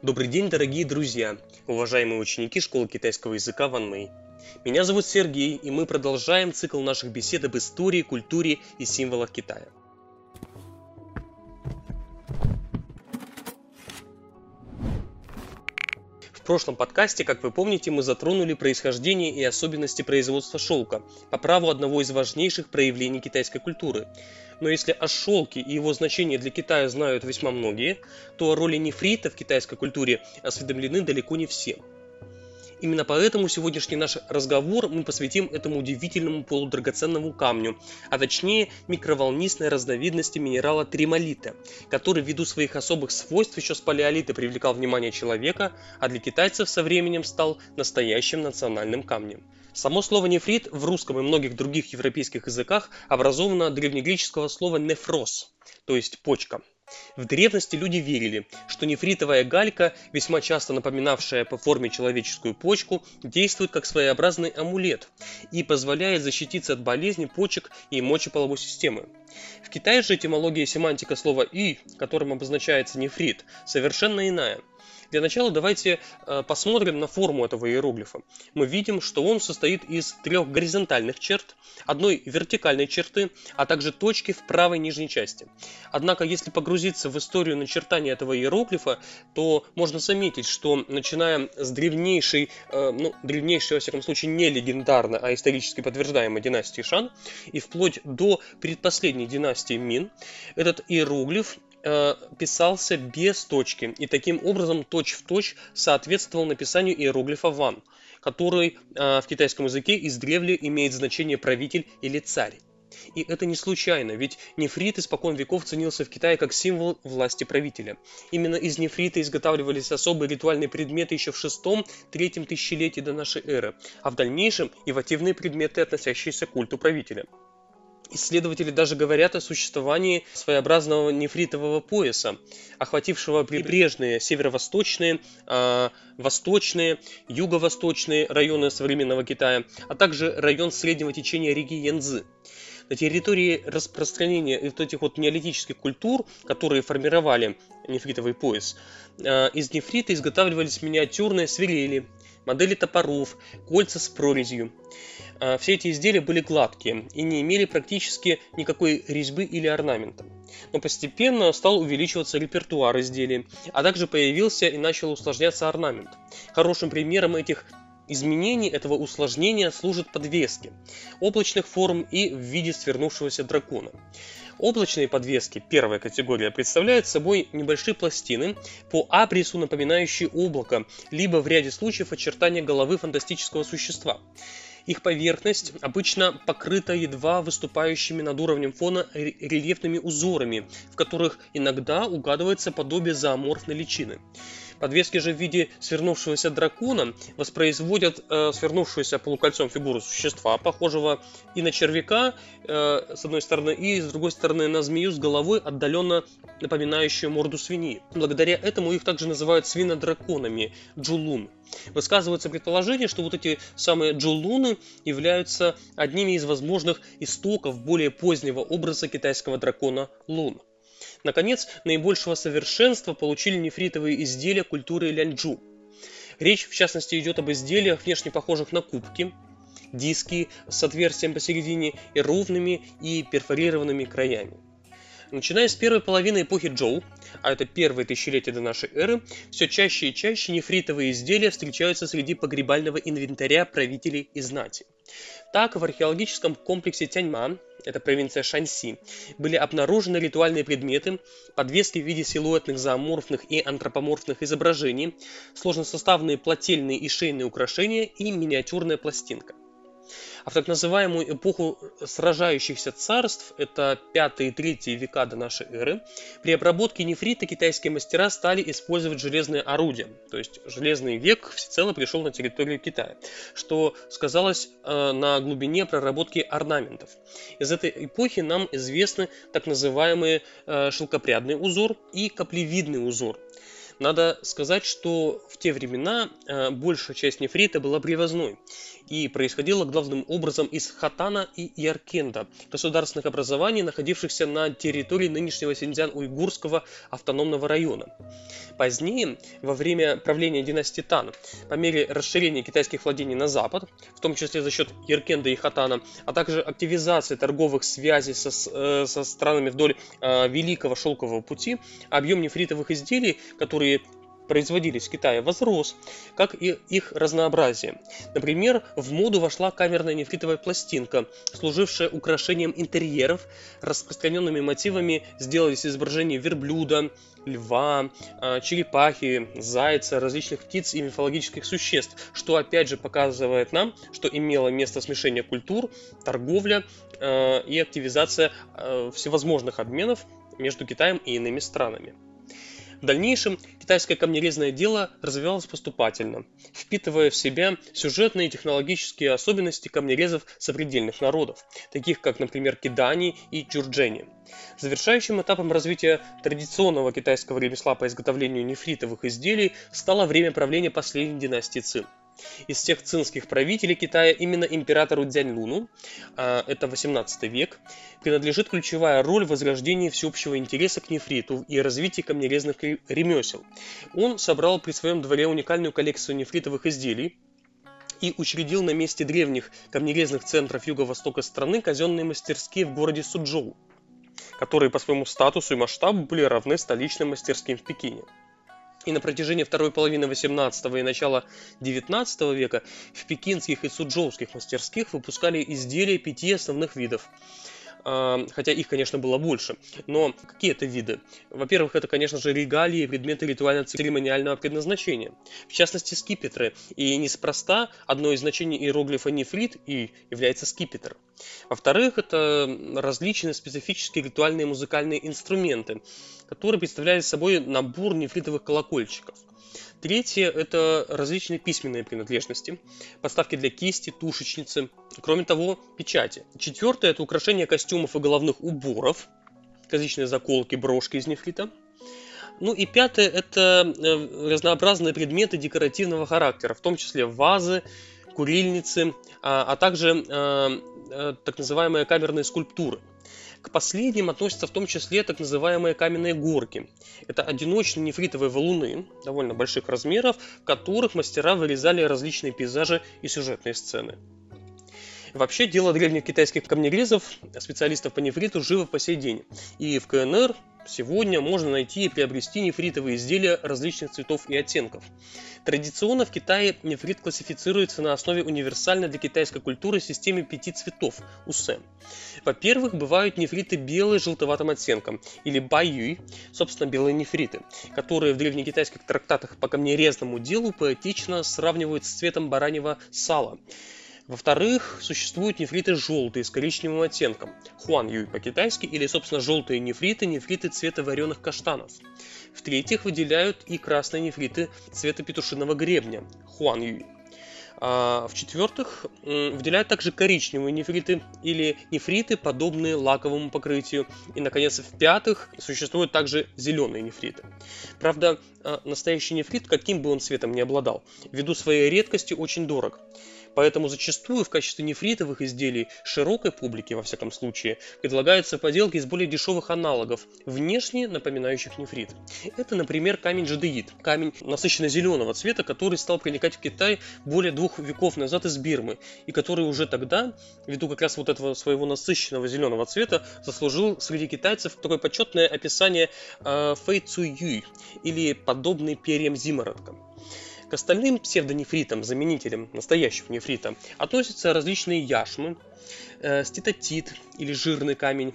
Добрый день, дорогие друзья, уважаемые ученики школы китайского языка Ванмэй. Меня зовут Сергей, и мы продолжаем цикл наших бесед об истории, культуре и символах Китая. В прошлом подкасте, как вы помните, мы затронули происхождение и особенности производства шелка по праву одного из важнейших проявлений китайской культуры. Но если о шелке и его значении для Китая знают весьма многие, то о роли нефрита в китайской культуре осведомлены далеко не все. Именно поэтому сегодняшний наш разговор мы посвятим этому удивительному полудрагоценному камню, а точнее микроволнистной разновидности минерала тремолита, который ввиду своих особых свойств еще с палеолита привлекал внимание человека, а для китайцев со временем стал настоящим национальным камнем. Само слово нефрит в русском и многих других европейских языках образовано от древнегреческого слова нефрос, то есть почка. В древности люди верили, что нефритовая галька, весьма часто напоминавшая по форме человеческую почку, действует как своеобразный амулет и позволяет защититься от болезней почек и мочеполовой системы. В Китае же этимология и семантика слова «и», которым обозначается нефрит, совершенно иная. Для начала давайте посмотрим на форму этого иероглифа. Мы видим, что он состоит из трех горизонтальных черт, одной вертикальной черты, а также точки в правой нижней части. Однако, если погрузиться в историю начертания этого иероглифа, то можно заметить, что начиная с древнейшей, во всяком случае не легендарно, а исторически подтверждаемой династии Шан, и вплоть до предпоследней династии Мин, этот иероглиф писался без точки и таким образом точь-в-точь соответствовал написанию иероглифа Ван, который в китайском языке издревле имеет значение правитель или царь. И это не случайно, ведь нефрит испокон веков ценился в Китае как символ власти правителя. Именно из нефрита изготавливались особые ритуальные предметы еще в VI-III тысячелетии до нашей эры, а в дальнейшем и вотивные предметы, относящиеся к культу правителя. Исследователи даже говорят о существовании своеобразного нефритового пояса, охватившего прибрежные северо-восточные, восточные, юго-восточные районы современного Китая, а также район среднего течения реки Янцзы. На территории распространения этих неолитических культур, которые формировали нефритовый пояс, из нефрита изготавливались миниатюрные свирели, модели топоров, кольца с прорезью. Все эти изделия были гладкие и не имели практически никакой резьбы или орнамента. Но постепенно стал увеличиваться репертуар изделий, а также появился и начал усложняться орнамент. Хорошим примером этих изменений, этого усложнения служат подвески облачных форм и в виде свернувшегося дракона. Облачные подвески, первая категория, представляют собой небольшие пластины, по абрису напоминающие облако, либо в ряде случаев очертания головы фантастического существа. Их поверхность обычно покрыта едва выступающими над уровнем фона рельефными узорами, в которых иногда угадывается подобие зооморфной личины. Подвески же в виде свернувшегося дракона воспроизводят свернувшуюся полукольцом фигуру существа, похожего и на червяка, с одной стороны, и с другой стороны на змею с головой, отдаленно напоминающую морду свиньи. Благодаря этому их также называют свинодраконами – джулун. Высказывается предположение, что эти самые джулуны являются одними из возможных истоков более позднего образа китайского дракона Лун. Наконец, наибольшего совершенства получили нефритовые изделия культуры Ляньчжу. Речь, в частности, идет об изделиях, внешне похожих на кубки, диски с отверстием посередине и ровными и перфорированными краями. Начиная с первой половины эпохи Джоу, а это первое тысячелетие до нашей эры, все чаще и чаще нефритовые изделия встречаются среди погребального инвентаря правителей и знати. Так, в археологическом комплексе Тяньма, это провинция Шаньси, были обнаружены ритуальные предметы, подвески в виде силуэтных зооморфных и антропоморфных изображений, сложносоставные плательные и шейные украшения и миниатюрная пластинка. А в так называемую эпоху сражающихся царств, это 5 и 3 века до нашей эры, при обработке нефрита китайские мастера стали использовать железные орудия, то есть железный век всецело пришел на территорию Китая, что сказалось на глубине проработки орнаментов. Из этой эпохи нам известны так называемые шелкопрядный узор и каплевидный узор. Надо сказать, что в те времена большая часть нефрита была привозной и происходила главным образом из Хотана и Яркенда, государственных образований, находившихся на территории нынешнего Синьцзян-Уйгурского автономного района. Позднее, во время правления династии Тан, по мере расширения китайских владений на запад, в том числе за счет Яркенда и Хотана, а также активизации торговых связей со странами вдоль Великого Шелкового пути, объем нефритовых изделий, которые производились в Китае, возрос, как и их разнообразие. Например, в моду вошла камерная нефритовая пластинка, служившая украшением интерьеров. Распространенными мотивами сделались изображения верблюда, льва, черепахи, зайца, различных птиц и мифологических существ, что опять же показывает нам, что имело место смешение культур, торговля и активизация всевозможных обменов между Китаем и иными странами. В дальнейшем китайское камнерезное дело развивалось поступательно, впитывая в себя сюжетные и технологические особенности камнерезов сопредельных народов, таких как, например, кидани и джурджени. Завершающим этапом развития традиционного китайского ремесла по изготовлению нефритовых изделий стало время правления последней династии Цин. Из всех цинских правителей Китая именно императору Цзяньлуну, это 18 век, принадлежит ключевая роль в возрождении всеобщего интереса к нефриту и развитии камнерезных ремесел. Он собрал при своем дворе уникальную коллекцию нефритовых изделий и учредил на месте древних камнерезных центров юго-востока страны казенные мастерские в городе Суджоу, которые по своему статусу и масштабу были равны столичным мастерским в Пекине. И на протяжении второй половины 18 и начала 19 века в пекинских и суджоуских мастерских выпускали изделия 5 основных видов. Хотя их, конечно, было больше. Но какие это виды? Во-первых, это, конечно же, регалии и предметы ритуально-церемониального предназначения. В частности, скипетры. И неспроста одно из значений иероглифа нефрит и является скипетр. Во-вторых, это различные специфические ритуальные музыкальные инструменты, которые представляют собой набор нефритовых колокольчиков. Третье – это различные письменные принадлежности, подставки для кисти, тушечницы, кроме того, печати. Четвертое – это украшения костюмов и головных уборов, различные заколки, брошки из нефрита. Ну и пятое – это разнообразные предметы декоративного характера, в том числе вазы, курильницы, а также так называемые камерные скульптуры. К последним относятся в том числе так называемые каменные горки. Это одиночные нефритовые валуны довольно больших размеров, в которых мастера вырезали различные пейзажи и сюжетные сцены. Вообще, дело древних китайских камнерезов, специалистов по нефриту, живо по сей день. И в КНР сегодня можно найти и приобрести нефритовые изделия различных цветов и оттенков. Традиционно в Китае нефрит классифицируется на основе универсальной для китайской культуры системы 5 цветов – усе. Во-первых, бывают нефриты белые с желтоватым оттенком, или байюй, собственно, белые нефриты, которые в древнекитайских трактатах по камнерезному делу поэтично сравнивают с цветом бараньего сала. Во-вторых, существуют нефриты желтые с коричневым оттенком, хуанюй по-китайски, или, собственно, желтые нефриты, нефриты цвета вареных каштанов. В-третьих, выделяют и красные нефриты цвета петушиного гребня, хуанюй. В-четвертых, выделяют также коричневые нефриты или нефриты, подобные лаковому покрытию. И, наконец, в-пятых, существуют также зеленые нефриты. Правда, настоящий нефрит, каким бы он цветом ни обладал, ввиду своей редкости очень дорог. Поэтому зачастую в качестве нефритовых изделий широкой публике, во всяком случае, предлагаются поделки из более дешевых аналогов, внешне напоминающих нефрит. Это, например, камень жадеид, камень насыщенно зеленого цвета, который стал проникать в Китай более 2 веков назад из Бирмы, и который уже тогда, ввиду как раз вот этого своего насыщенного зеленого цвета, заслужил среди китайцев такое почетное описание фэй цуй юй, или подобный перьям зимородка. К остальным псевдонефритам, заменителям настоящего нефрита, относятся различные яшмы, ститотит или жирный камень,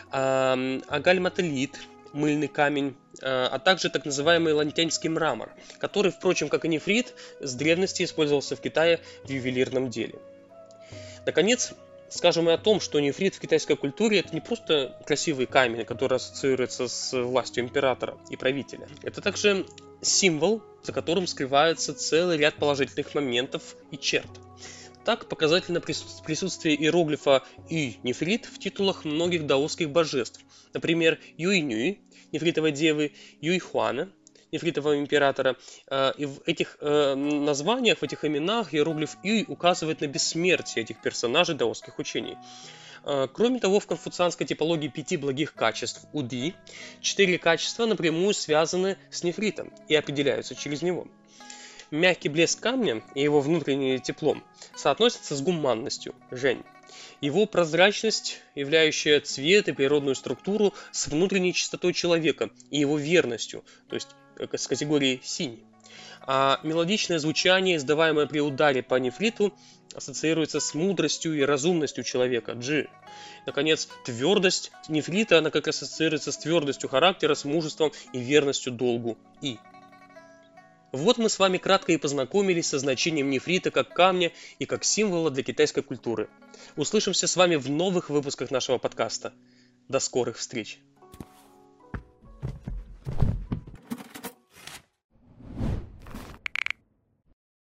агальматолит, мыльный камень, а также так называемый лантяньский мрамор, который, впрочем, как и нефрит, с древности использовался в Китае в ювелирном деле. Наконец, скажем и о том, что нефрит в китайской культуре – это не просто красивый камень, который ассоциируется с властью императора и правителя. Это также символ, за которым скрывается целый ряд положительных моментов и черт. Так, показательно присутствие иероглифа «ю-нефрит» в титулах многих даосских божеств, например, Юйнюй, нефритовой девы, Юйхуана, нефритового императора. И в этих названиях, в этих именах иероглиф И указывает на бессмертие этих персонажей даосских учений. Кроме того, в конфуцианской типологии 5 благих качеств Уди 4 качества напрямую связаны с нефритом и определяются через него. Мягкий блеск камня и его внутреннее тепло соотносятся с гуманностью, Жень. Его прозрачность, являющая цвет и природную структуру, с внутренней чистотой человека и его верностью, то есть с категорией синий. А мелодичное звучание, издаваемое при ударе по нефриту, ассоциируется с мудростью и разумностью человека, Джи. Наконец, твердость нефрита, она как раз ассоциируется с твердостью характера, с мужеством и верностью долгу, И. Вот мы с вами кратко и познакомились со значением нефрита как камня и как символа для китайской культуры. Услышимся с вами в новых выпусках нашего подкаста. До скорых встреч!